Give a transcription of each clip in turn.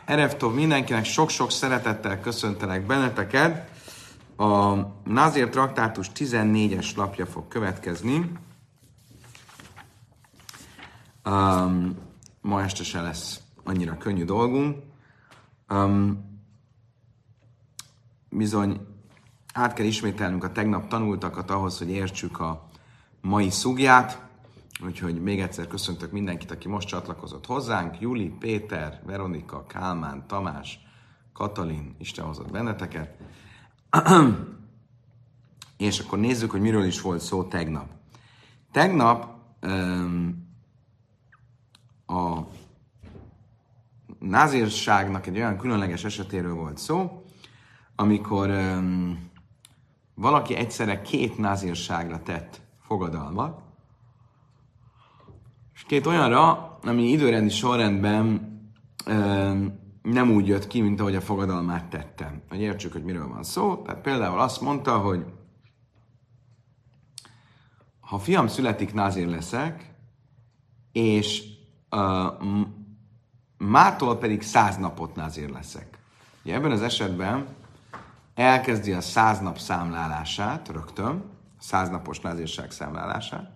Erevtov mindenkinek, sok-sok szeretettel köszöntelek benneteket. A Nazir traktátus 14-es lapja fog következni. Ma este se lesz annyira könnyű dolgunk. Bizony át kell ismételnünk a tegnap tanultakat ahhoz, hogy értsük a mai szugját. Úgyhogy még egyszer köszöntök mindenkit, aki most csatlakozott hozzánk. Juli, Péter, Veronika, Kálmán, Tamás, Katalin, Isten hozott benneteket. És akkor nézzük, hogy miről is volt szó tegnap. Tegnap a názírságnak egy olyan különleges esetéről volt szó, amikor valaki egyszerre két názírságra tett fogadalmat, és két olyanra, ami időrendi sorrendben nem úgy jött ki, mint ahogy a fogadalmát tettem. Hogy értsük, hogy miről van szó. Tehát például azt mondta, hogy ha fiam születik, názír leszek, és mától pedig 100 napot názír leszek. Ugye ebben az esetben elkezdi a 100 nap számlálását rögtön, a 100 napos názírság számlálását,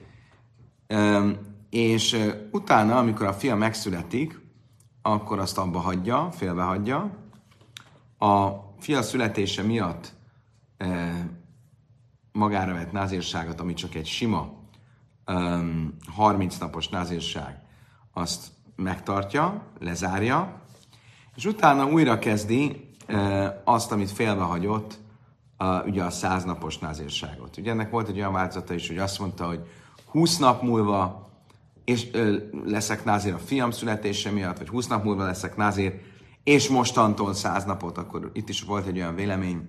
és utána, amikor a fia megszületik, akkor azt abba hagyja, félbehagyja. A fia születése miatt magára vett názírságot, ami csak egy sima 30 napos názírság, azt megtartja, lezárja, és utána újra kezdi azt, amit félbehagyott, ugye a 100 napos názírságot. Ugye ennek volt egy olyan változata is, hogy azt mondta, hogy 20 nap múlva és leszek názír a fiam születése miatt, vagy 20 nap múlva leszek názír, és mostantól 100 napot, akkor itt is volt egy olyan vélemény,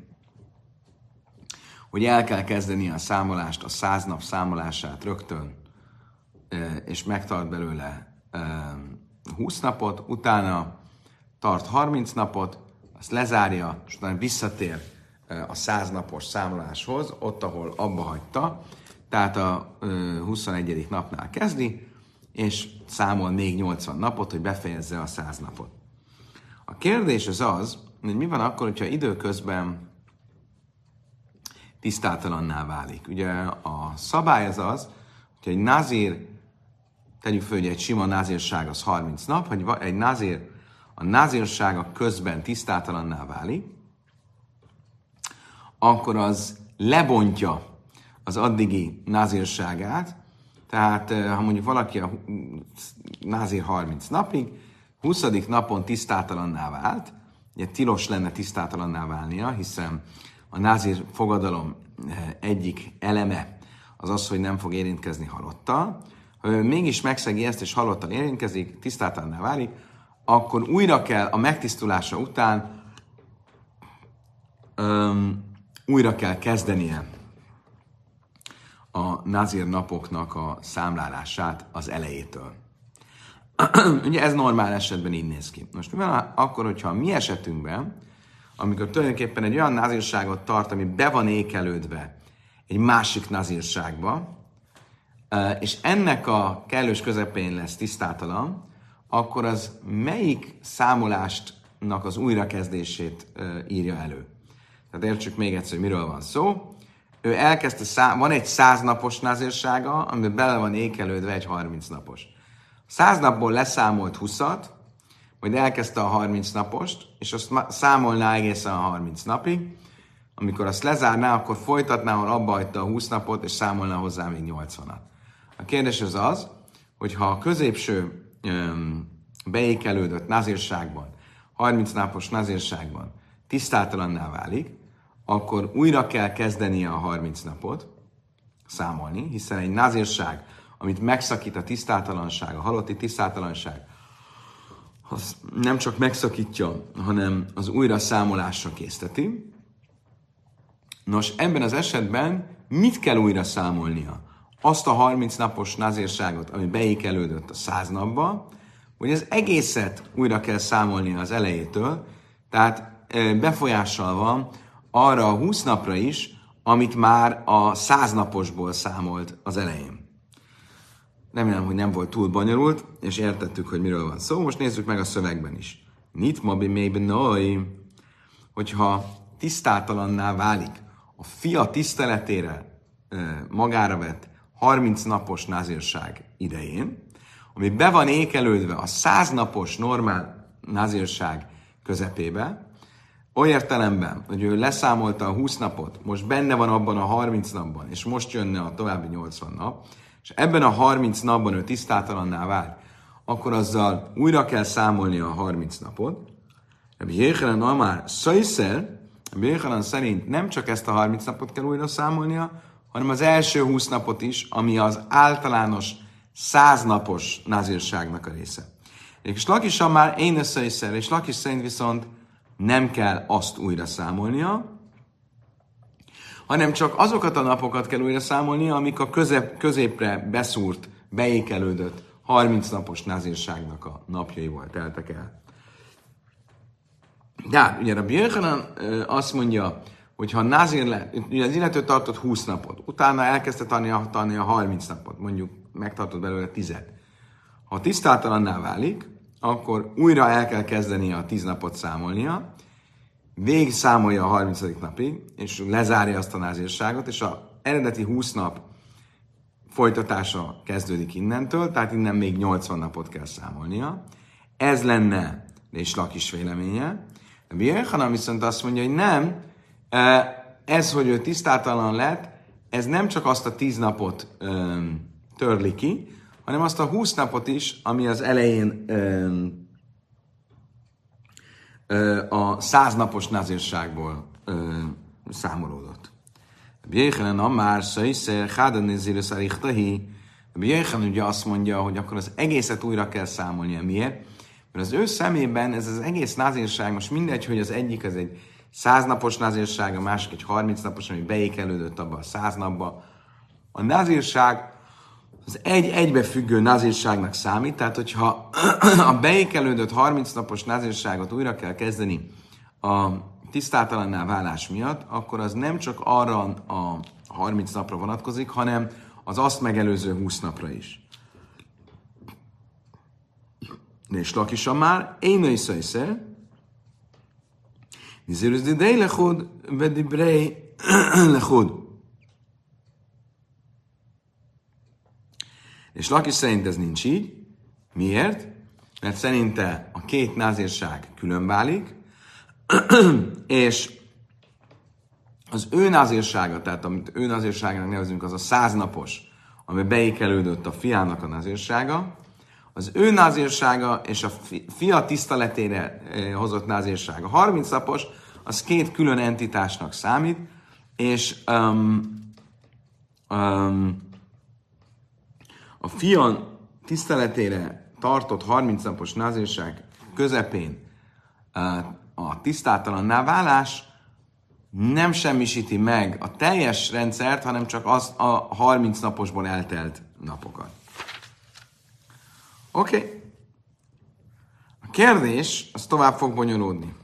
hogy el kell kezdeni a számolást, a 100 nap számolását rögtön, és megtart belőle 20 napot, utána tart 30 napot, azt lezárja, és utána visszatér a 100 napos számoláshoz, ott, ahol abba hagyta, tehát a 21. napnál kezdi, és számol még 80 napot, hogy befejezze a 100 napot. A kérdés az, hogy mi van akkor, hogyha időközben tisztátalanná válik. Ugye a szabály az, hogy egy názír, tegyük föl, hogy egy sima názírság az 30 nap, hogy egy názír a názírsága közben tisztátalanná válik, akkor az lebontja az addigi názírságát, tehát ha mondjuk valaki a názír 30 napig, 20. napon tisztátalanná vált, ugye tilos lenne tisztátalanná válnia, hiszen a názír fogadalom egyik eleme az az, hogy nem fog érintkezni halottal. Ha ő mégis megszegi ezt, és halottal érintkezik, tisztátalanná válik, akkor újra kell a megtisztulása után újra kell kezdenie a názír napoknak a számlálását az elejétől. Ugye ez normál esetben így néz ki. Most mi van akkor, hogyha a mi esetünkben, amikor tulajdonképpen egy olyan názírságot tart, ami be van ékelődve egy másik názírságba, és ennek a kellős közepén lesz tisztátalan, akkor az melyik számolástnak az újrakezdését írja elő. Tehát értsük még egyszer, hogy miről van szó. Ő elkezdte, van egy 100 napos názírsága, amiben bele van ékelődve egy 30 napos. 100 napból leszámolt 20-at, majd elkezdte a 30 napost, és azt számolná egészen a 30 napig. Amikor azt lezárná, akkor folytatná, ahol abba hagyta a 20 napot, és számolná hozzá még 80-at. A kérdés az, hogy ha a középső beékelődött názírságban, 30 napos názírságban tisztátalanná válik, akkor újra kell kezdenie a 30 napot számolni, hiszen egy názírság, amit megszakít a tisztátalanság, a halotti tisztátalanság, az nem csak megszakítja, hanem az újra számolásra készteti. Nos, ebben az esetben mit kell újra számolnia? Azt a 30 napos názírságot, ami beékelődött a 100 napba, hogy az egészet újra kell számolnia az elejétől, tehát befolyással van arra a 20 napra is, amit már a 100 naposból számolt az elején. Remélem, hogy nem volt túl bonyolult, és értettük, hogy miről van szó. Most nézzük meg a szövegben is. Nitma bimében noj, hogyha tisztátalanná válik a fia tiszteletére magára vett 30 napos názírság idején, ami be van ékelődve a 100 napos normál názírság közepébe, olyan értelemben, hogy ő leszámolta a 20 napot, most benne van abban a 30 napban, és most jönne a további 80 nap, és ebben a 30 napban ő tisztátalanná vált, akkor azzal újra kell számolni a 30 napot. Rabbi Jéhanan Amár Szajszer, Rabbi Jéhanan szerint nem csak ezt a 30 napot kell újra számolnia, hanem az első 20 napot is, ami az általános 100 napos názírságnak a része. És Lakisan már én összeiszer, és Lakis szerint viszont nem kell azt újra számolnia, hanem csak azokat a napokat kell újra számolnia, amik a középre beszúrt, beékelődött 30 napos názírságnak a napjaival teltek el. De ugye Rabbi Jéhanan azt mondja, hogy ha názír ugye az illető tartott 20 napot, utána elkezdte tanulni a 30 napot, mondjuk megtartott belőle 10-et. Ha tisztátalanná válik, akkor újra el kell kezdenie a 10 napot számolnia, végig számolja a 30. napig, és lezárja azt a názírságot, és az eredeti 20 nap folytatása kezdődik innentől, tehát innen még 80 napot kell számolnia. Ez lenne és Lakis véleménye. Rabbi Jéhanan viszont azt mondja, hogy nem, ez, hogy ő tisztátalan lett, ez nem csak azt a 10 napot törli ki, hanem azt a 20 napot is, ami az elején a 100 napos názírságból számolódott. Rabbi Jéhanan Amár Szajszer Hádan Nézirus Arichtahi. Rabbi Jéhanan ugye azt mondja, hogy akkor az egészet újra kell számolnia. Miért? Mert az ő szemében ez az egész názírság, most mindegy, hogy az egyik az egy 100 napos názírság, a másik egy 30 napos, ami beékelődött abba a 100 napba. A názírság az egy egybefüggő názírságnak számít, tehát hogyha a beékelődött 30 napos názírságot újra kell kezdeni a tisztátalanná válás miatt, akkor az nem csak arra a 30 napra vonatkozik, hanem az azt megelőző 20 napra is. És Lakisan már, én összeiszer, Nizirus didei lechud, vedibrei lechud. És Lakis szerint ez nincs így. Miért? Mert szerinte a két názírság külön válik, és az ő názírsága, tehát amit ő názírságának nevezünk, az a 100 napos, ami beékelődött a fiának a názírsága, az ő názírsága és a fia tiszteletére hozott názírsága 30 napos, az két külön entitásnak számít, és a fia tiszteletére tartott 30 napos názírság közepén a tisztátalanná válás nem semmisíti meg a teljes rendszert, hanem csak az a 30 naposból eltelt napokat. Oké. A kérdés, az tovább fog bonyolódni.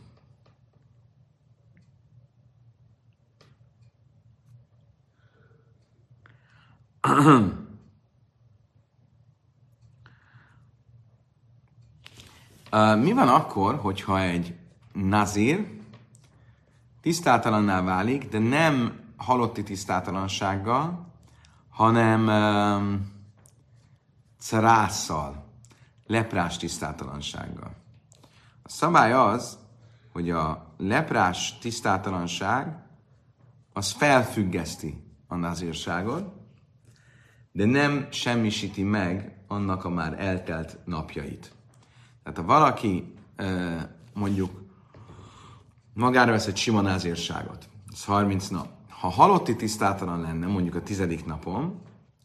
Mi van akkor, hogyha egy nazír tisztátalanná válik, de nem halotti tisztátalansággal, hanem carásszal, leprás tisztátalansággal. A szabály az, hogy a leprás tisztátalanság az felfüggeszti a nazírságot, de nem semmisíti meg annak a már eltelt napjait. Tehát ha valaki mondjuk magára vesz egy sima názírságot, ez 30 nap. Ha halotti tisztátalan lenne, mondjuk a 10. napon,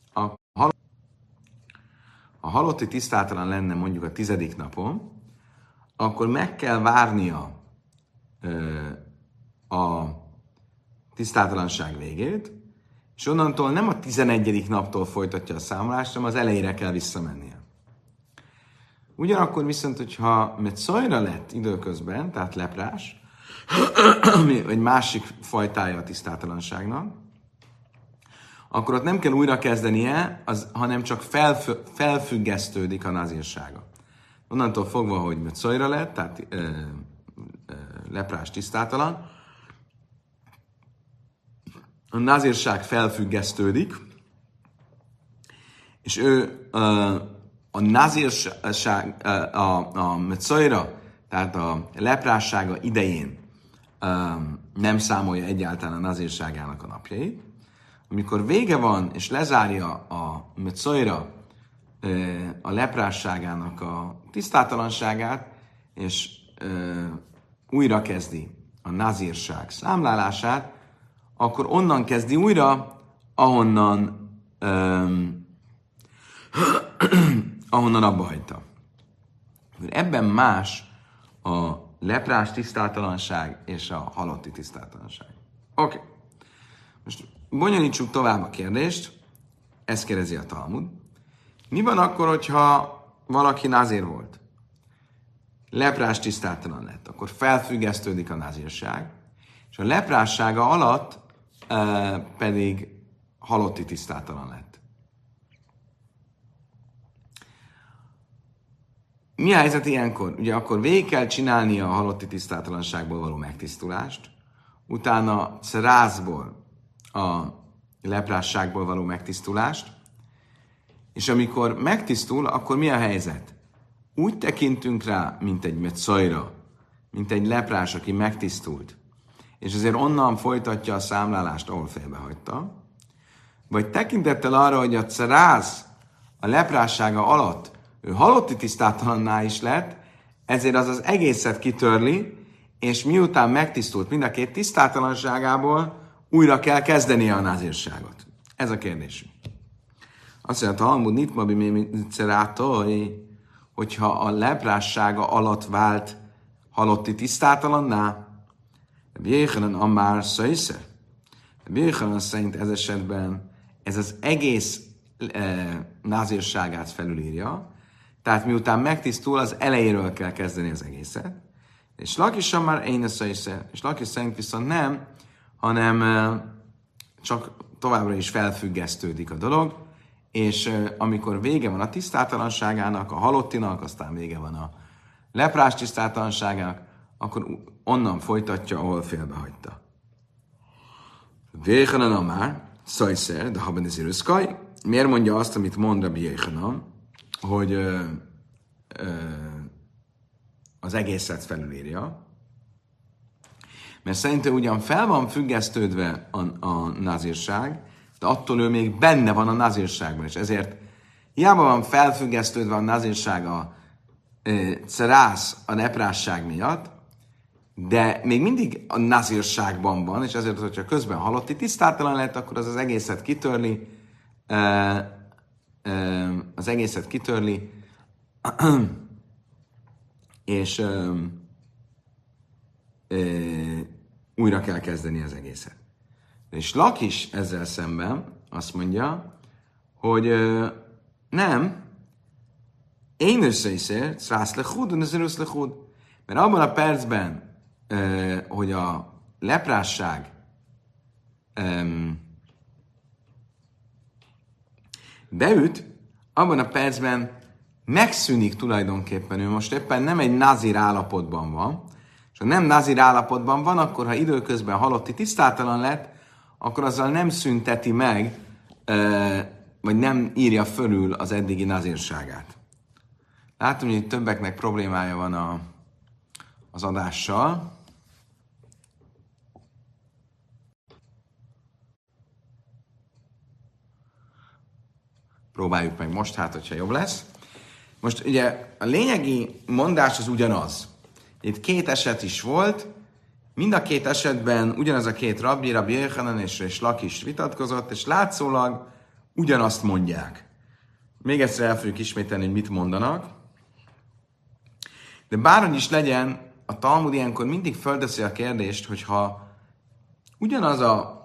ha halotti tisztátalan lenne mondjuk a 10. napon, akkor meg kell várnia a tisztátalanság végét, és onnantól nem a 11. naptól folytatja a számolást, hanem az elejére kell visszamennie. Ugyanakkor viszont, hogyha metszajra lett időközben, tehát leprás, ami egy másik fajtája a tisztátalanságnak, akkor ott nem kell újra kezdenie, hanem csak felfüggesztődik a nazírsága. onnantól fogva, hogy metszojra lett, tehát leprás tisztátalan, a nazírság felfüggesztődik, és ő a nazírság, a metszojra, tehát a leprássága idején nem számolja egyáltalán a nazírságának a napjait. Amikor vége van, és lezárja a metszojra a leprásságának a tisztátalanságát, és újra kezdi a nazírság számlálását, akkor onnan kezdi újra, ahonnan abba hagyta. Ebben más a leprás tisztátalanság és a halotti tisztátalanság. Oké. Most bonyolítsuk tovább a kérdést. Ezt kérdezi a Talmud. Mi van akkor, hogyha valaki nazír volt? Leprás tisztátalan lett. Akkor felfüggesztődik a nazírság, és a leprássága alatt pedig halotti tisztátalan lett. Mi a helyzet ilyenkor? Ugye akkor végig kell csinálni a halotti tisztátalanságból való megtisztulást, utána szerázból a leprásságból való megtisztulást, és amikor megtisztul, akkor mi a helyzet? Úgy tekintünk rá, mint egy metszojra, mint egy leprás, aki megtisztult, és azért onnan folytatja a számlálást, ahol félbehagyta, vagy tekintettel arra, hogy a ceráz a leprássága alatt ő halotti tisztátalanná is lett, ezért az egészet kitörli, és miután megtisztult mind a két tisztátalanságából, újra kell kezdenie a nazírságot. Ez a kérdésünk. Azt mondja, Talmud nitma bimiceratói, hogyha a leprássága alatt vált halotti tisztátalanná, Jéhanan amár szajszer. Jéhanan szerint ez esetben ez az egész nazírságát felülírja, tehát miután megtisztul, az elejéről kell kezdeni az egészet. És Lakisan már én szajszer. És Lakis szerint viszont nem, hanem csak továbbra is felfüggesztődik a dolog, és amikor vége van a tisztátalanságának, a halottinak, aztán vége van a leprás tisztátalanságának, akkor onnan folytatja, ahol félbehagyta. Véhanan már, szajszer, de haben ez irőszkaj. Miért mondja azt, amit mond Rabbi Jéhanan, hogy az egészet felülírja? Mert szerintem ugyan fel van függesztődve a nazírság, de attól ő még benne van a nazírságban, és ezért hiába van felfüggesztődve a nazírság a cerász a leprásság miatt, de még mindig a nazírságban van, és ezért, hogyha közben halotti tisztátalan lett, akkor az egészet kitörli, és újra kell kezdeni az egészet. És Lakis ezzel szemben azt mondja, hogy nem, én összeiszer, szrász lechud, nezerősz lechud. Mert abban a percben, hogy a leprásság beüt, abban a percben megszűnik tulajdonképpen, ő most éppen nem egy nazír állapotban van, és ha nem nazír állapotban van, akkor ha időközben halotti tisztátalan lett, akkor azzal nem szünteti meg, vagy nem írja fölül az eddigi nazírságát. Látom, hogy többeknek problémája van az adással. Próbáljuk meg most, hogyha jobb lesz. Most ugye a lényegi mondás az ugyanaz. Itt két eset is volt, mind a két esetben ugyanaz a két rabbi Jéhanan és Lakis vitatkozott, és látszólag ugyanazt mondják. Még egyszer el fogjuk ismételni, hogy mit mondanak. De bárhogy is legyen, a Talmud ilyenkor mindig földeszi a kérdést, hogyha ugyanaz a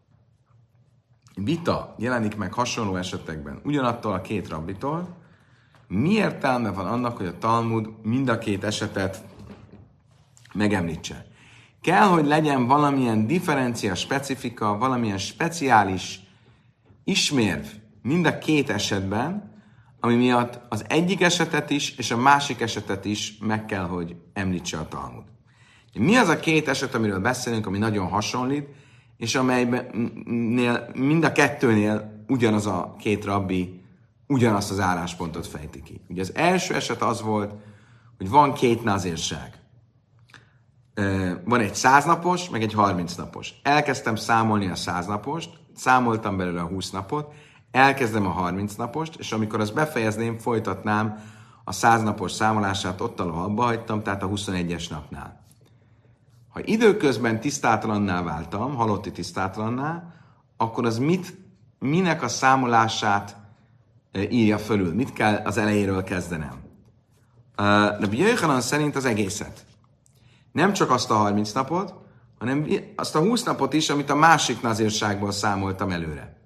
vita jelenik meg hasonló esetekben, ugyanattól a két rabbitól, mi értelme van annak, hogy a Talmud mind a két esetet megemlítse? Kell, hogy legyen valamilyen differencia, specifika, valamilyen speciális ismérv mind a két esetben, ami miatt az egyik esetet is, és a másik esetet is meg kell, hogy említse a Talmud. Mi az a két eset, amiről beszélünk, ami nagyon hasonlít, és amelyben mind a kettőnél ugyanaz a két rabbi ugyanazt az álláspontot fejti ki. Ugye az első eset az volt, hogy van két nazírság. Van egy 100 napos, meg egy 30 napos. Elkezdtem számolni a 100 napost, számoltam belőle a 20 napot, elkezdem a 30 napost, és amikor azt befejezném, folytatnám a 100 napos számolását ott, ahol abba hagytam, tehát a 21-es napnál. Ha időközben tisztátalanná váltam, halotti tisztátalanná, akkor az minek a számolását írja fölül? Mit kell az elejéről kezdenem? Rabbi Yochanan szerint az egészet. Nem csak azt a 30 napot, hanem azt a 20 napot is, amit a másik nazírságból számoltam előre.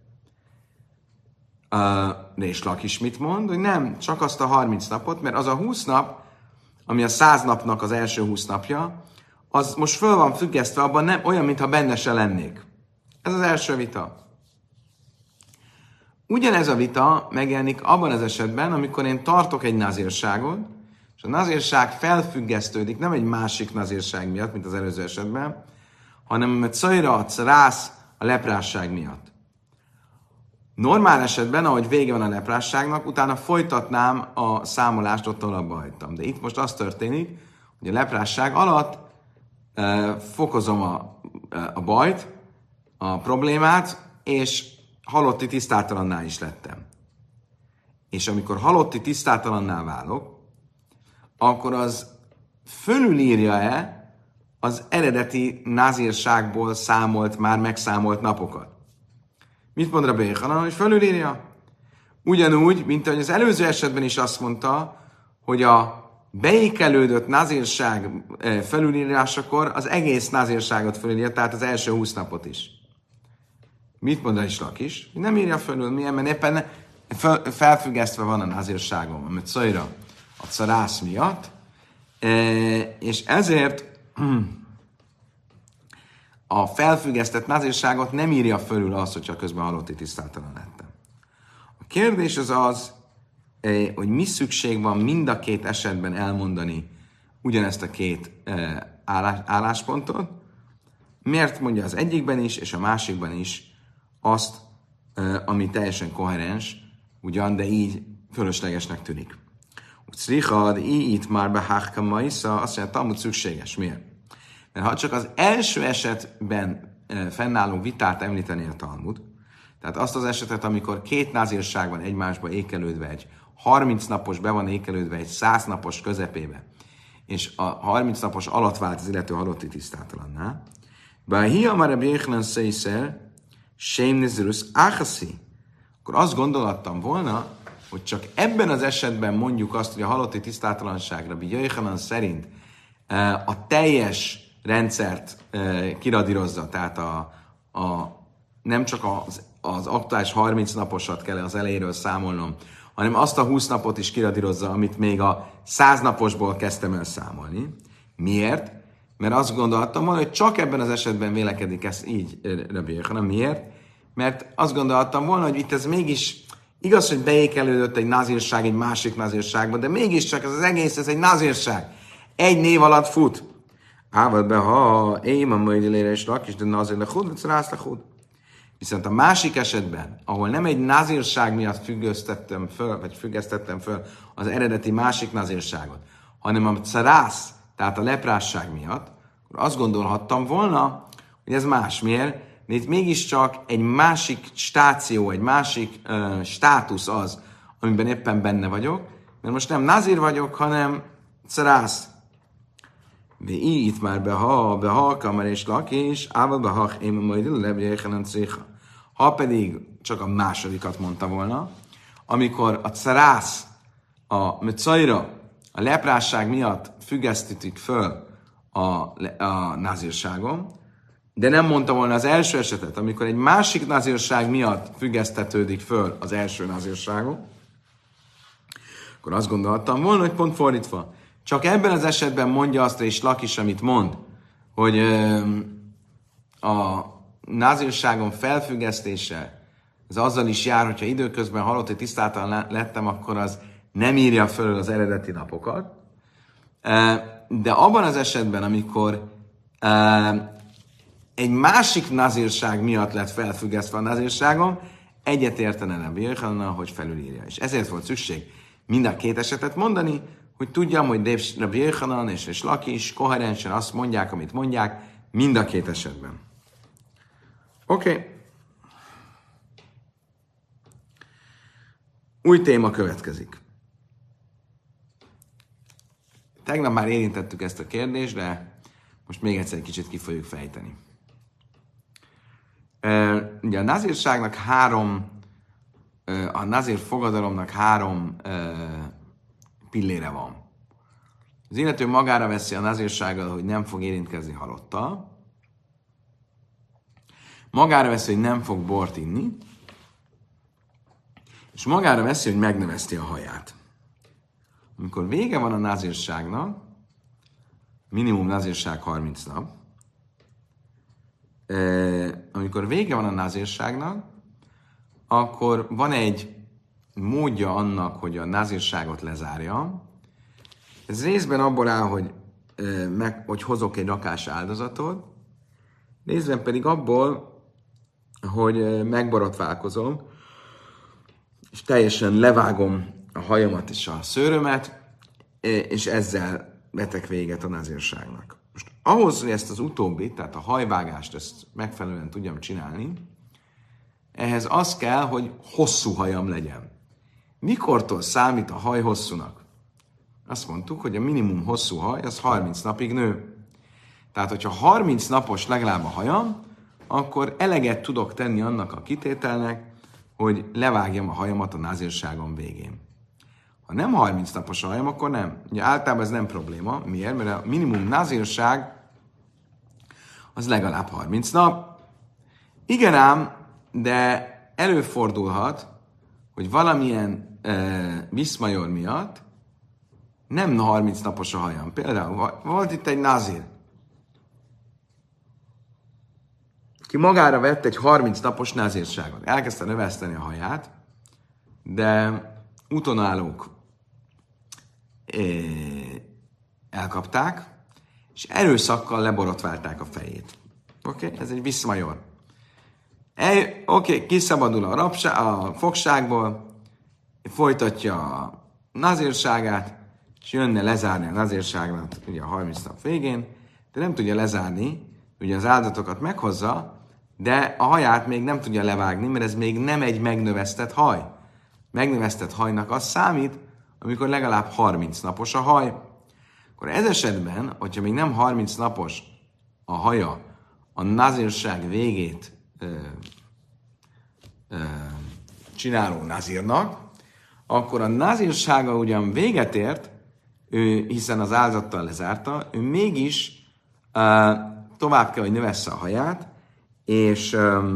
Rés Lakis mit mond? Hogy nem, csak azt a 30 napot, mert az a 20 nap, ami a 100 napnak az első 20 napja, az most föl van függesztve, abban nem olyan, mintha benne se lennék. Ez az első vita. Ugyanez a vita megjelenik abban az esetben, amikor én tartok egy nazírságot, és a nazírság felfüggesztődik, nem egy másik nazírság miatt, mint az előző esetben, hanem a cajra, a rász, a leprásság miatt. Normál esetben, ahogy vége van a leprásságnak, utána folytatnám a számolást, ott abba hagytam. De itt most az történik, hogy a leprásság alatt fokozom a bajt, a problémát, és halotti tisztátalanná is lettem. És amikor halotti tisztátalanná válok, akkor az fölülírja-e az eredeti nazírságból már megszámolt napokat? Mit mond Rabbi Yochanan, hogy fölülírja? Ugyanúgy, mint ahogy az előző esetben is azt mondta, hogy a beékelődött nazírság felülírásakor az egész nazírságot fölírja, tehát az első 20 napot is. Mit mond Rés Lakis? Nem írja fölül, milyen, mert éppen felfüggesztve van a nazírságom, amit szajra a carász miatt, és ezért a felfüggesztett nazírságot nem írja fölül azt, hogyha közben halotti tisztátalan lettem. A kérdés az, hogy mi szükség van mind a két esetben elmondani ugyanezt a két álláspontot, miért mondja az egyikben is, és a másikban is azt, ami teljesen koherens, ugyan, de így fölöslegesnek tűnik. Ucrichad, itt már behachka maisza, azt mondja, Talmud szükséges. Miért? Mert ha csak az első esetben fennálló vitát említeni a Talmud, tehát azt az esetet, amikor két nazírság van egymásba ékelődve, egy 30 napos be van ékelődve egy 100 napos közepébe, és a 30 napos alatt vált az illető halotti tisztátalanná, Báhia már Rabbi Yochanan széjszer, Sém Nizirus Áchaszi, akkor azt gondolattam volna, hogy csak ebben az esetben mondjuk azt, hogy a halotti tisztátalanság Rabbi Yochanan szerint a teljes rendszert kiradírozza, tehát nem csak az aktuális 30 naposat kell az elejéről számolnom, hanem azt a 20 napot is kiradírozza, amit még a 100 naposból kezdtem el számolni. Miért? Mert azt gondoltam volna, hogy csak ebben az esetben vélekedik ez így Rabbi Yochanan. Miért? Mert azt gondoltam volna, hogy itt ez mégis igaz, hogy beékelődött egy nazírság egy másik nazírságba, de mégiscsak ez az egész, ez egy nazírság. Egy név alatt fut. Ávad be, ha én a möjdélére is Lakis, de nazír lechud, vagy rász lechud. Viszont a másik esetben, ahol nem egy nazírság miatt függesztettem föl az eredeti másik nazírságot, hanem a carász, tehát a leprásság miatt, akkor azt gondolhattam volna, hogy ez más. Miért? De itt mégiscsak egy másik stáció, egy másik státusz az, amiben éppen benne vagyok, mert most nem nazír vagyok, hanem carász. Itt már beha, kamar és Lakis, ával behach, én majd lebjéjjelen céha. Ha pedig csak a másodikat mondta volna, amikor a carász, a mecajra, a leprásság miatt függesztítik föl a nazírságom, de nem mondta volna az első esetet, amikor egy másik nazírság miatt függesztetődik föl az első nazírságom, akkor azt gondoltam volna, hogy pont fordítva. Csak ebben az esetben mondja azt Rés Lakis, amit mond, hogy a nazírságon felfüggesztése ez azzal is jár, hogyha időközben halotti tisztátalan lettem, akkor az nem írja föl az eredeti napokat. De abban az esetben, amikor egy másik nazírság miatt lett felfüggesztve a nazírságom, egyetértene Rabbi Yochanan, hogy felülírja. És ezért volt szükség mind a két esetet mondani, hogy tudjam, hogy Rabbi Yochanan és Lakish koherensen azt mondják, amit mondják, mind a két esetben. Oké. Új téma következik. Tegnap már érintettük ezt a kérdést, de most még egyszer egy kicsit ki fogjuk fejteni. Ugye a nazírságnak a nazír fogadalomnak három pillére van. Az illető magára veszi a nazírsággal, hogy nem fog érintkezni halottal, magára veszi, hogy nem fog bort inni, és magára veszi, hogy megnöveszti a haját. Amikor vége van a nazírságnak, minimum nazírság 30 nap, amikor vége van a nazírságnak, akkor van egy módja annak, hogy a nazírságot lezárja. Ez részben abból áll, hogy hozok egy rakás áldozatot, részben pedig abból, hogy megborotválkozom, és teljesen levágom a hajamat és a szőrömet, és ezzel vetek véget a nazírságnak. Most ahhoz, hogy ezt az utóbbit, tehát a hajvágást, ezt megfelelően tudjam csinálni, ehhez az kell, hogy hosszú hajam legyen. Mikortól számít a haj hosszúnak? Azt mondtuk, hogy a minimum hosszú haj az 30 napig nő. Tehát, hogyha 30 napos legalább a hajam, akkor eleget tudok tenni annak a kitételnek, hogy levágjam a hajamat a nazírságom végén. Ha nem 30 napos a hajam, akkor nem. Ugye általában ez nem probléma. Miért? Mert a minimum nazírság az legalább 30 nap. Igen ám, de előfordulhat, hogy valamilyen viszmajor miatt nem 30 napos a hajam. Például volt itt egy nazír, ki magára vett egy 30 napos nazírságot. Elkezdte növeszteni a haját, de utonállók elkapták, és erőszakkal leborotválták a fejét. Oké? Ez egy viszmajor. Kiszabadul a fogságból, folytatja a nazírságát, és jönne lezárni a nazírságot ugye a 30 nap végén, de nem tudja lezárni, ugye az áldatokat meghozza, de a haját még nem tudja levágni, mert ez még nem egy megnövesztett haj. Megnövesztett hajnak az számít, amikor legalább 30 napos a haj. Akkor ez esetben, hogyha még nem 30 napos a haja a nazírság végét csináló nazírnak, akkor a nazírsága ugyan véget ért, hiszen az áldattal lezárta, ő mégis tovább kell, hogy növessze a haját, és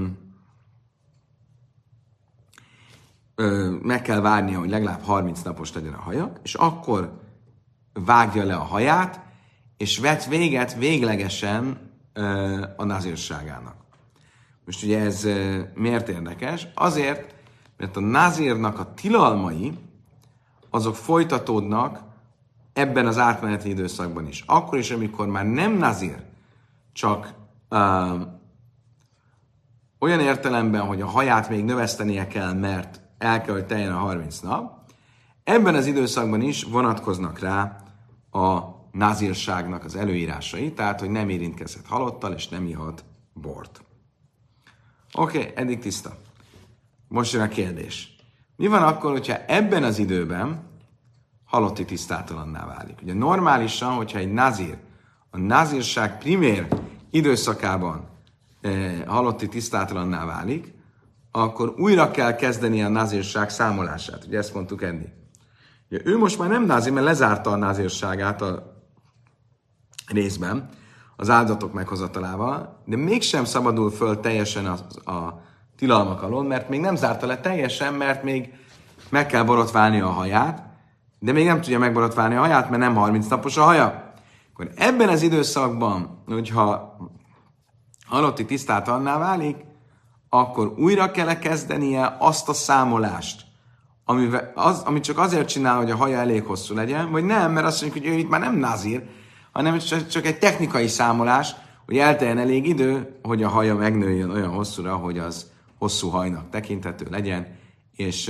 meg kell várnia, hogy legalább 30 napos legyen a haja, és akkor vágja le a haját, és vet véget véglegesen a nazírságának. Most ugye ez miért érdekes? Azért, mert a nazírnak a tilalmai, azok folytatódnak ebben az átmeneti időszakban is. Akkor is, amikor már nem nazír, csak olyan értelemben, hogy a haját még növesztenie kell, mert el kell, hogy teljen a 30 nap, ebben az időszakban is vonatkoznak rá a nazírságnak az előírásai, tehát, hogy nem érintkezhet halottal, és nem ihat bort. Oké, eddig tiszta. Most jön a kérdés. Mi van akkor, hogyha ebben az időben halotti tisztátalanná válik? Ugye normálisan, hogyha egy nazír a nazírság primér időszakában halotti tisztátalanná válik, akkor újra kell kezdeni a nazírság számolását. Ugye ezt mondtuk eddig. Ugye ő most már nem nazír, mert lezárta a nazírságát a részben, az áldozatok meghozatalával, de mégsem szabadul föl teljesen a tilalmak alól, mert még nem zárta le teljesen, mert még meg kell borotválni a haját, de még nem tudja megborotválni a haját, mert nem 30 napos a haja. Akkor ebben az időszakban, hogyha halotti tisztátalanná válik, akkor újra kell kezdenie azt a számolást, amit csak azért csinál, hogy a haja elég hosszú legyen, vagy nem, mert azt mondjuk, hogy ő itt már nem nazír, hanem csak egy technikai számolás, hogy elteljen elég idő, hogy a haja megnőjön olyan hosszúra, hogy az hosszú hajnak tekinthető legyen, és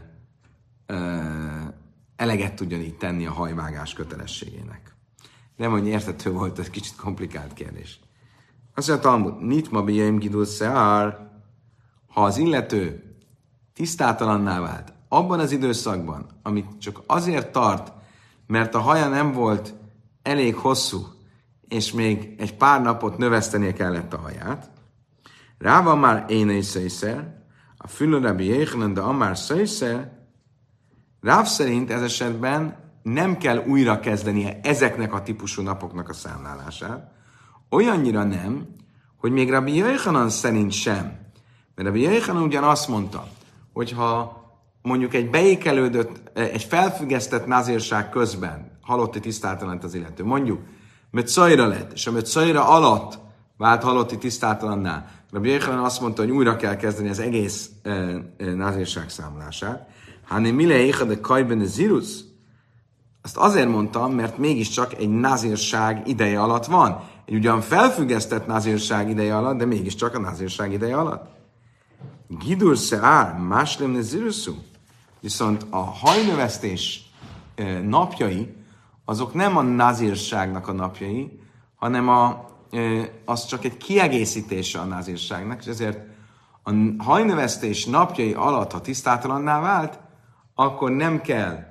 eleget tudjon így tenni a hajvágás kötelességének. Nem, hogy érthető volt, ez kicsit komplikált kérdés. Azt mondja a Talmud, nit ma bijaim gidul szeár, ha az illető tisztátalanná vált abban az időszakban, amit csak azért tart, mert a haja nem volt elég hosszú, és még egy pár napot növesztenie kellett a haját, rá van már énei szejszer, a fülörebi jéhnen, de amár szejszer, Ráv szerint ez esetben nem kell újra kezdenie ezeknek a típusú napoknak a számlálását. Olyannyira nem, hogy még Rabbi Yochanan szerint sem. Mert Rabbi Yochanan ugyan azt mondta, hogyha mondjuk egy beékelődött, egy felfüggesztett nazírság közben halotti tisztátalant az illető, mondjuk Metzaira lett, és a Metzaira alatt vált halotti tisztátalanná. Rabbi Yochanan azt mondta, hogy újra kell kezdeni az egész nazírság számlását. Hanem mile éha de kajben zirus? Azt azért mondtam, mert mégiscsak egy nazírság ideje alatt van. Egy ugyan felfüggesztett nazírság ideje alatt, de mégiscsak a nazírság ideje alatt. Gidur seár, máslem ne ziruszú. Viszont a hajnövesztés napjai, azok nem a nazírságnak a napjai, hanem az csak egy kiegészítése a nazírságnak, és ezért a hajnövesztés napjai alatt, ha tisztátalanná vált, akkor nem kell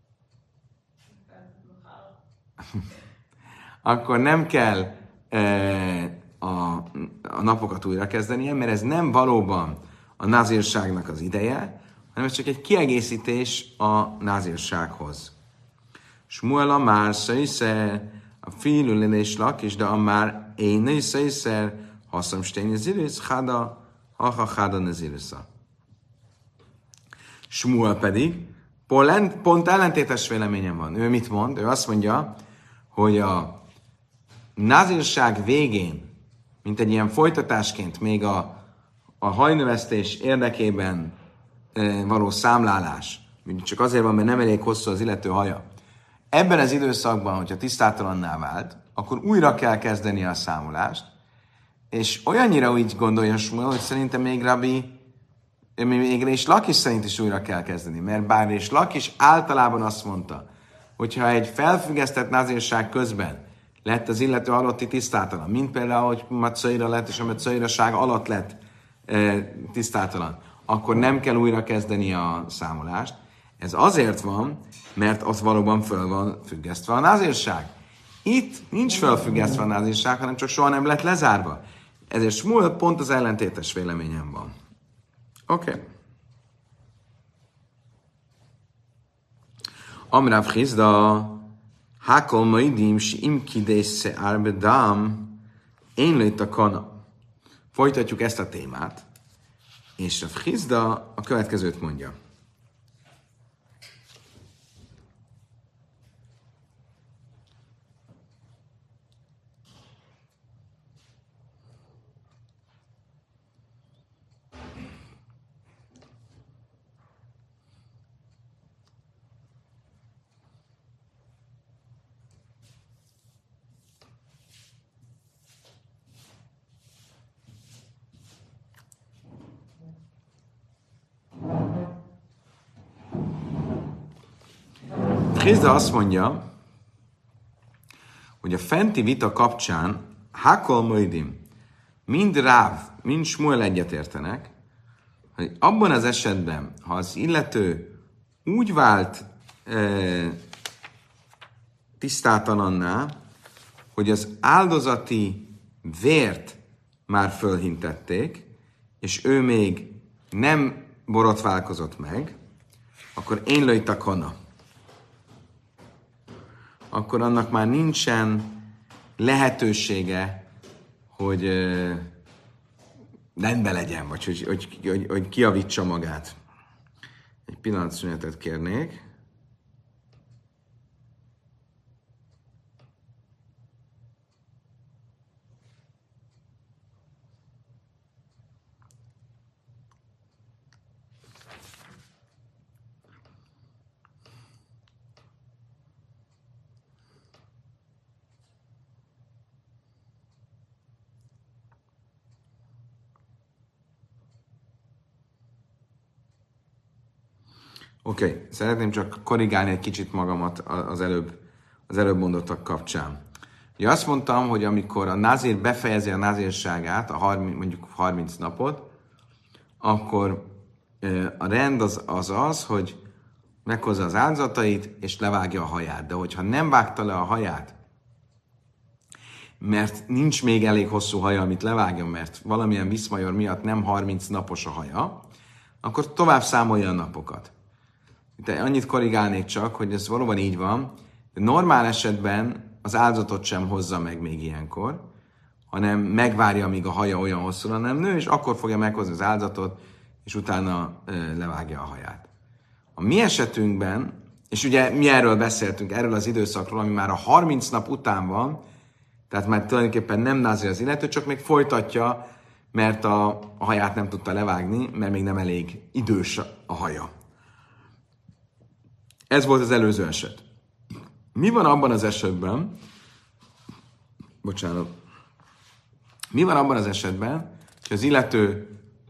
a napokat újra kezdenie, mert ez nem valóban a nazírságnak az ideje, hanem ez csak egy kiegészítés a nazírsághoz. Smuel amár szejszer, a filülélés lakis, de amár énei szejszer, haszom sténi zirisz, háda nezirissza. Smuel pedig pont ellentétes véleményen van. Ő mit mond? Ő azt mondja, hogy a nazírság végén, mint egy ilyen folytatásként, még a hajnövesztés érdekében való számlálás, csak azért van, mert nem elég hosszú az illető haja. Ebben az időszakban, hogyha tisztátalanná vált, akkor újra kell kezdeni a számolást, és olyannyira úgy gondolja Smuel, hogy szerintem még és Lakis szerint is újra kell kezdeni, mert bár és Lakis általában azt mondta, hogyha egy felfüggesztett nazírság közben lett az illető halotti tisztátalan, mint például, hogy Matzaira lett, és a Matzairaság alatt lett tisztátalan, akkor nem kell újra kezdeni a számolást. Ez azért van, mert az valóban föl van függesztve a nazírság. Itt nincs felfüggesztve a nazírság, hanem csak soha nem lett lezárva. Ezért Smuel pont az ellentétes véleményem van. Oké. Amrav Chizda, Hakol Maidim, Im Kidésze Arbedam, én lőtt a kana. Folytatjuk ezt a témát, és a Chizda a következőt mondja. Chizda azt mondja, hogy a fenti vita kapcsán Hakol Moidim, mind Ráv, mind Smuel egyetértenek, hogy abban az esetben, ha az illető úgy vált tisztátalanná, hogy az áldozati vért már fölhintették, és ő még nem borotválkozott meg, akkor én lőjtek hona. Akkor annak már nincsen lehetősége, hogy rendben legyen, vagy hogy kijavítsa magát. Egy pillanat szünetet kérnék. Oké, szeretném csak korrigálni egy kicsit magamat az előbb mondottak kapcsán. Ugye azt mondtam, hogy amikor a názír befejezi a názírságát, mondjuk 30 napot, akkor a rend az, hogy meghozza az áldozatait, és levágja a haját. De hogyha nem vágta le a haját, mert nincs még elég hosszú haja, amit levágja, mert valamilyen viszmajor miatt nem 30 napos a haja, akkor tovább számolja a napokat. De annyit korrigálnék csak, hogy ez valóban így van, de normál esetben az áldozatot sem hozza meg még ilyenkor, hanem megvárja, amíg a haja olyan hosszúra nem nő, és akkor fogja meghozni az áldozatot, és utána levágja a haját. A mi esetünkben, és ugye mi erről beszéltünk, erről az időszakról, ami már a 30 nap után van, tehát már tulajdonképpen nem názir az illető, csak még folytatja, mert a haját nem tudta levágni, mert még nem elég idős a haja. Ez volt az előző eset. Mi van abban az esetben, mi van abban az esetben, hogy az illető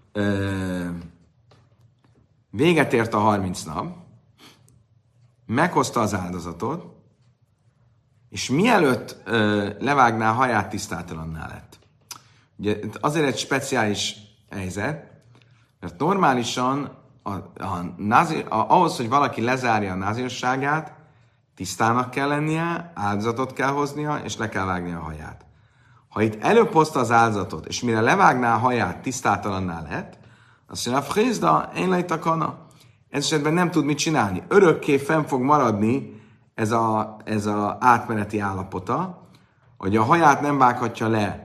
véget ért a 30 nap, meghozta az áldozatot, és mielőtt levágná a haját, tisztátalanná lett. Ugye azért egy speciális helyzet, mert normálisan ahhoz, hogy valaki lezárja a názírságát, tisztának kell lennie, áldozatot kell hoznia, és le kell vágnia a haját. Ha itt előbb hozta az áldozatot, és mire levágná a haját, tisztátalanná lett, azt mondja, a frizda, én lejt a kana. Ez esetben nem tud mit csinálni. Örökké fenn fog maradni ez a átmeneti állapota, hogy a haját nem vághatja le,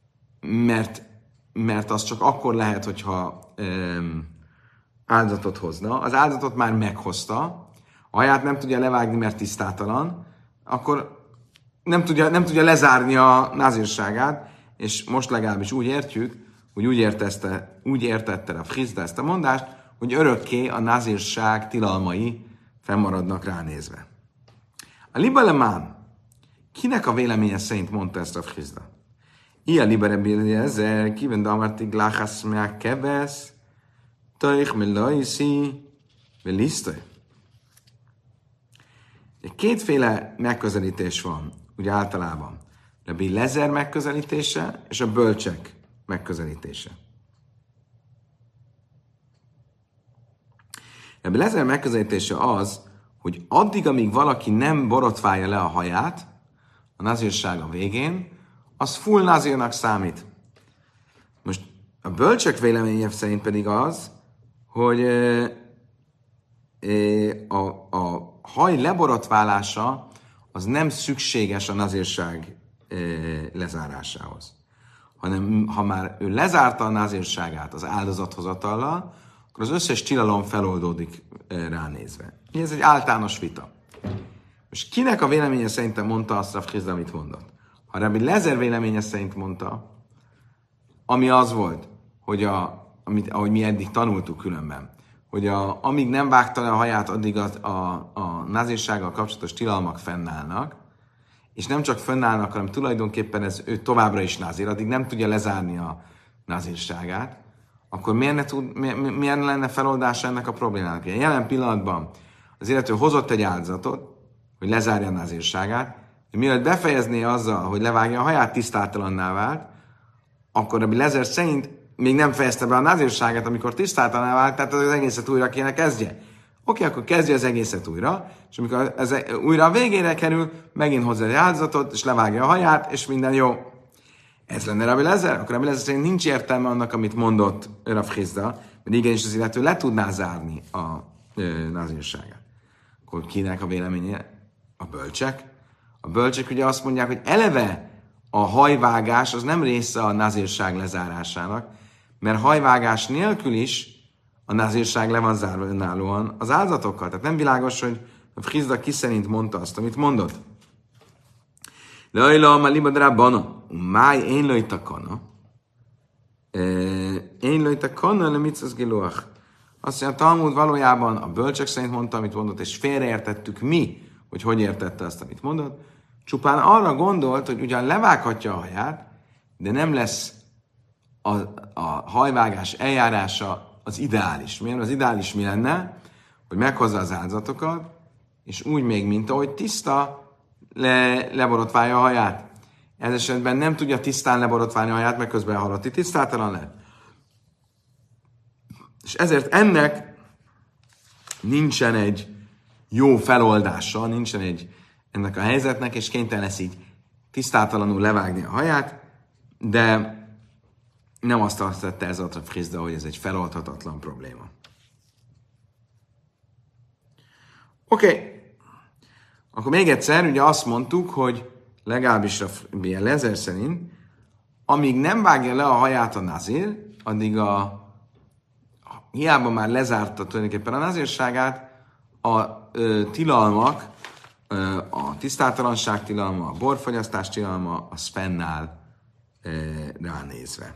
mert az csak akkor lehet, hogyha áldozatot hozna. Az áldozatot már meghozta, a haját nem tudja levágni, mert tisztátalan, akkor nem tudja lezárni a názírságát, és most legalábbis úgy értjük, hogy úgy értette a frizda ezt a mondást, hogy örökké a názírság tilalmai fennmaradnak ránézve. A libalemán, kinek a véleménye szerint mondta ezt a frizda? Ia liberebili ezer, kiven damartig láhász meák kevesz, taich melajszi, velisztaj. Kétféle megközelítés van, úgy általában. Rabbi Lezer megközelítése és a bölcsek megközelítése. Rabbi Lezer megközelítése az, hogy addig, amíg valaki nem borotválja le a haját a nazírsága végén, az full nazírnak számít. Most a bölcsek véleménye szerint pedig az, hogy a haj leborotválása az nem szükséges a nazírság lezárásához. Hanem ha már ő lezárta a nazírságát az áldozathozatallal, akkor az összes tilalom feloldódik ránézve. Ez egy általános vita. Most kinek a véleménye szerintem mondta azt Rav Hizda, amit mondott? Ha Rabbi Lezer véleménye szerint mondta, ami az volt, hogy ahogy mi eddig tanultuk különben, hogy amíg nem vágta le a haját, addig a názírsággal kapcsolatos tilalmak fennállnak, és nem csak fennállnak, hanem tulajdonképpen ő továbbra is názír, addig nem tudja lezárni a názírságát, akkor miért lenne feloldása ennek a problémának? Jelen pillanatban az illető hozott egy áldozatot, hogy lezárja a názírságát, de mielőtt befejezné azzal, hogy levágja a haját, tisztátalanná vált, akkor Rabbi Lezer szerint még nem fejezte be a názírságát, amikor tisztátalanná vált, tehát az egészet újra kéne kezdje. Oké, akkor kezdje az egészet újra, és amikor ez újra a végére kerül, megint hozzá egy áldozatot, és levágja a haját, és minden jó. Ez lenne Rabbi Lezer? Akkor Rabbi Lezer szerint nincs értelme annak, amit mondott Rav Hizda, mert igenis az illető le tudná zárni a názírságát. Akkor kinek a véleménye? A bölcsek. A bölcsek ugye azt mondják, hogy eleve a hajvágás az nem része a názírság lezárásának, mert hajvágás nélkül is a názírság le van zárva önállóan az áldozatokkal. Tehát nem világos, hogy a Hizda ki szerint mondta azt, amit mondott. Lajla, ma libadrá bana, máj én lőjt kana. Én lőjt kana, le mit az giloach. Azt mondja, a Talmud valójában a bölcsek szerint mondta, amit mondott, és félreértettük mi, hogy értette azt, amit mondott. Csupán arra gondolt, hogy ugyan levághatja a haját, de nem lesz a hajvágás eljárása az ideális. Milyen az ideális mi lenne? hogy meghozza az áldozatokat, és úgy még, mint ahogy tiszta, leborotválja a haját. Ez esetben nem tudja tisztán leborotválni a haját, mert közben halotti tisztátalan lett. És ezért ennek nincsen egy jó feloldása, nincsen ennek a helyzetnek, és kénytelen lesz így tisztátalanul levágni a haját, de nem azt tette ez a Frizda, hogy ez egy feloldhatatlan probléma. Oké. Akkor még egyszer, ugye azt mondtuk, hogy legalábbis a Lezer szerint, amíg nem vágja le a haját a nazír, addig hiába már lezárta tulajdonképpen a nazírságát, a tilalmak, a tisztátalanság tilalma, a borfogyasztás tilalma, az fennáll ránézve.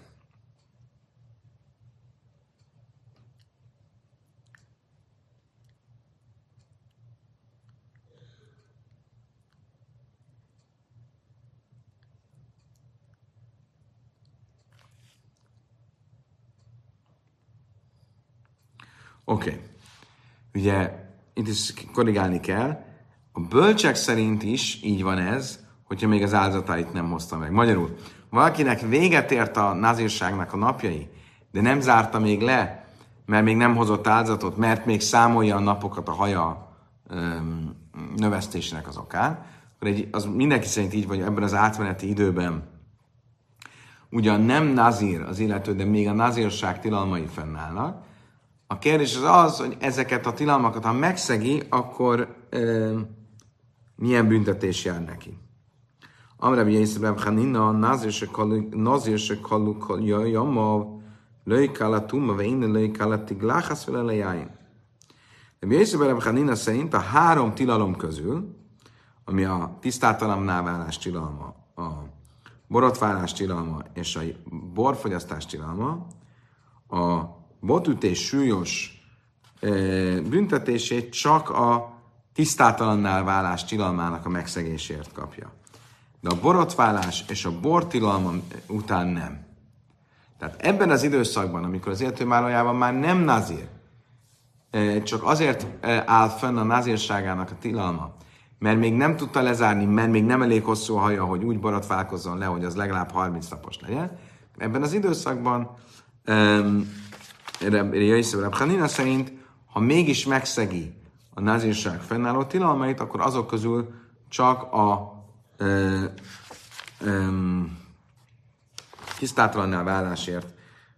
Oké. Ugye itt is korrigálni kell. A bölcsek szerint is így van ez, hogyha még az áldozatait nem hozta meg. Magyarul, valakinek véget ért a nazírságnak a napjai, de nem zárta még le, mert még nem hozott áldozatot, mert még számolja a napokat a haja növesztésének az okán, akkor az mindenki szerint így vagy ebben az átmeneti időben ugyan nem nazír az illető, de még a nazírság tilalmai fennállnak. A kérdés az, hogy ezeket a tilalmakat, ha megszegi, akkor milyen büntetés jár neki. Amra Jézus Hanina, nazir se kaluk jama, löjkála tuma, ve innen löjkála tigláhász vele lejáin. Jézus Hanina szerint a 3 tilalom közül, ami a tisztátalanná válás tilalma, a borotválás tilalma és a borfogyasztás tilalma, a botütés súlyos büntetését csak a tisztátalannál válás tilalmának a megszegésért kapja. De a borotválás és a bortilalma után nem. Tehát ebben az időszakban, amikor az illető már nem nazír, csak azért áll fenn a nazírságának a tilalma, mert még nem tudta lezárni, mert még nem elég hosszú a haja, hogy úgy borotválkozzon le, hogy az legalább 30 napos legyen. Ebben az időszakban Jöjjszöv Hanina szerint, ha mégis megszegi a nazírság fennálló tilalmait, akkor azok közül csak a tisztátalannál válásért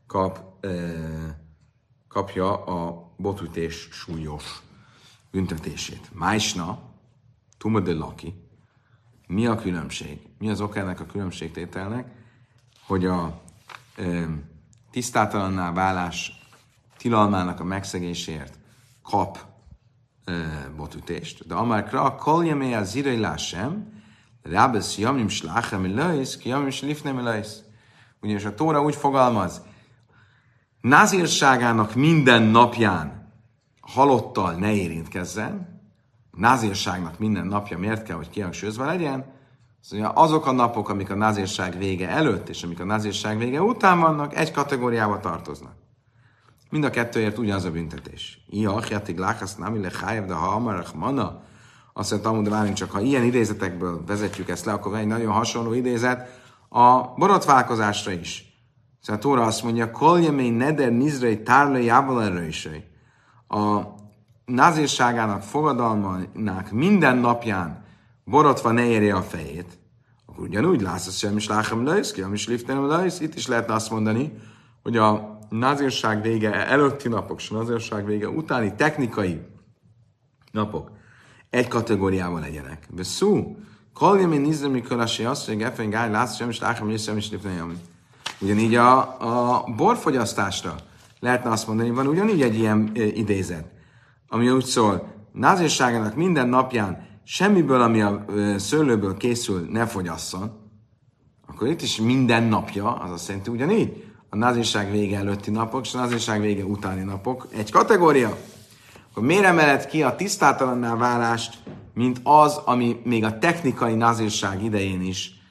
kapja a botütés súlyos büntetését. Májsna, tuma de laki. Mi a különbség? Mi az oka ennek a különbségtételnek, hogy a tisztátalanná válás tilalmának a megszegésért kap botütést. De amarkra koljemé a zirai sem, rábesz jamim slachem elejsz, ki jamim slifnem elejsz. Ugyanis a Tóra úgy fogalmaz, nazírságának minden napján halottal ne érintkezzen, nazírságnak minden napja miért kell, hogy kihangsúlyozva legyen, szóval azok a napok, amik a nazírság vége előtt és amik a nazírság vége után vannak, egy kategóriába tartoznak. Mind a kettőért ugyanaz a büntetés. Iachjatig lákasz nami lehájev, de ha amarach mana, azt mondtam, de várjunk csak, ha ilyen idézetekből vezetjük ezt le, akkor van egy nagyon hasonló idézet a borotválkozásra is. Szóval a Tóra azt mondja, koljemény neder nizrei tárlai jávalerőisei. A nazírságának fogadalmának minden napján borotva ne érje a fejét, akkor ugyanúgy látsz, sem is láchem lejsz, ki, is liftenem lejsz, itt is lehetne azt mondani, hogy a nazírság vége előtti napok, és a nazírság vége utáni technikai napok egy kategóriában legyenek. De szó, koljemény nizrei kölasé azt, hogy efen gáj látsz, sem is láchem lejsz, sem is liftenem. Ugyanígy a borfogyasztásra lehetne azt mondani, van ugyanígy egy ilyen idézet, ami úgy szól, nazírságának minden napján semmiből, ami a szőlőből készül, ne fogyasszon, akkor itt is minden napja, az azt jelenti ugyanígy, a nazírság vége előtti napok, és a nazírság vége utáni napok egy kategória. Akkor miért emeled ki a tisztátalanná válást, mint az, ami még a technikai nazírság idején is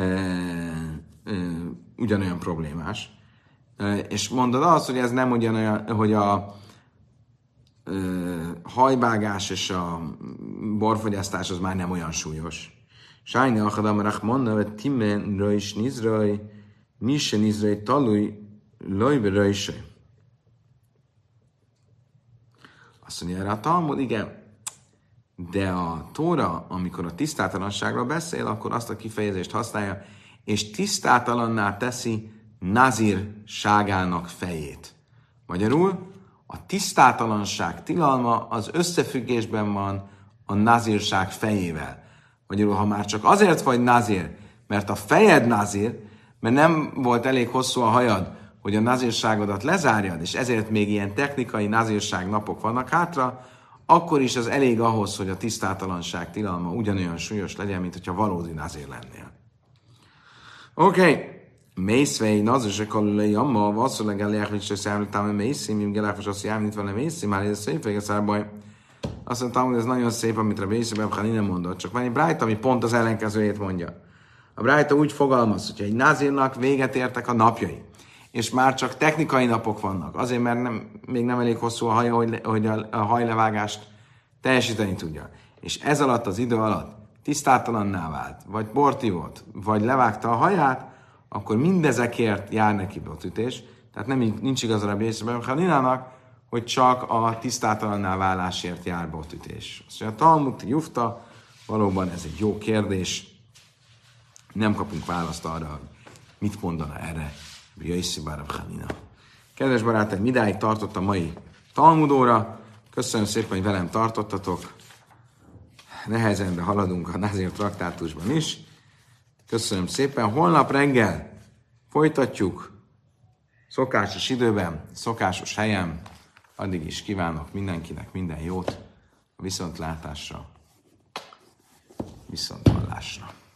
ugyanolyan problémás. És mondod azt, hogy ez nem ugyanolyan, hogy hajbágás és a borfogyasztás az már nem olyan súlyos. Sájni akadam rachmonna, hogy timen röjs nizraj, mise nizraj talúj, lojbe röjsaj. Azt mondja erre a Talmud, igen, de a Tóra, amikor a tisztátalanságról beszél, akkor azt a kifejezést használja, és tisztátalanná teszi nazírságának fejét. Magyarul a tisztátalanság tilalma az összefüggésben van a nazírság fejével. Magyarul, ha már csak azért vagy nazír, mert a fejed nazír, mert nem volt elég hosszú a hajad, hogy a nazírságodat lezárjad, és ezért még ilyen technikai nazírság napok vannak hátra, akkor is az elég ahhoz, hogy a tisztátalanság tilalma ugyanolyan súlyos legyen, mint hogyha valódi nazír lennél. Oké. Mészvei, nazírse kalulai, amma, vasszorleg elérhető számlítám, hogy mészim, im geláfos azt jámlít vele mészim, már ez szép végeszár baj. Azt mondtam, hogy ez nagyon szép, amit a Bészében nem mondott, csak van egy brájta, ami pont az ellenkezőjét mondja. A brájta úgy fogalmaz, hogyha egy nazírnak véget értek a napjai, és már csak technikai napok vannak, azért, mert még nem elég hosszú a haja, hogy a hajlevágást teljesíteni tudja. És ez alatt az idő alatt tisztátalanná vált, vagy bort ivott, vagy levágta a haját, akkor mindezekért jár neki botütés. Tehát nincs igaz a Rabbi Yossi ben Chaninának, hogy csak a tisztátalanná válásért jár botütés. Azt mondja, a Talmud jufta, valóban ez egy jó kérdés. Nem kapunk választ arra, hogy mit mondana erre Rabbi Yossi ben Chanina. Kedves barátaim, idáig tartott a mai Talmudóra. Köszönöm szépen, hogy velem tartottatok. Nehezen, de haladunk a Názir traktátusban is. Köszönöm szépen. Holnap reggel folytatjuk szokásos időben, szokásos helyen. Addig is kívánok mindenkinek minden jót, a viszontlátásra, viszonthallásra.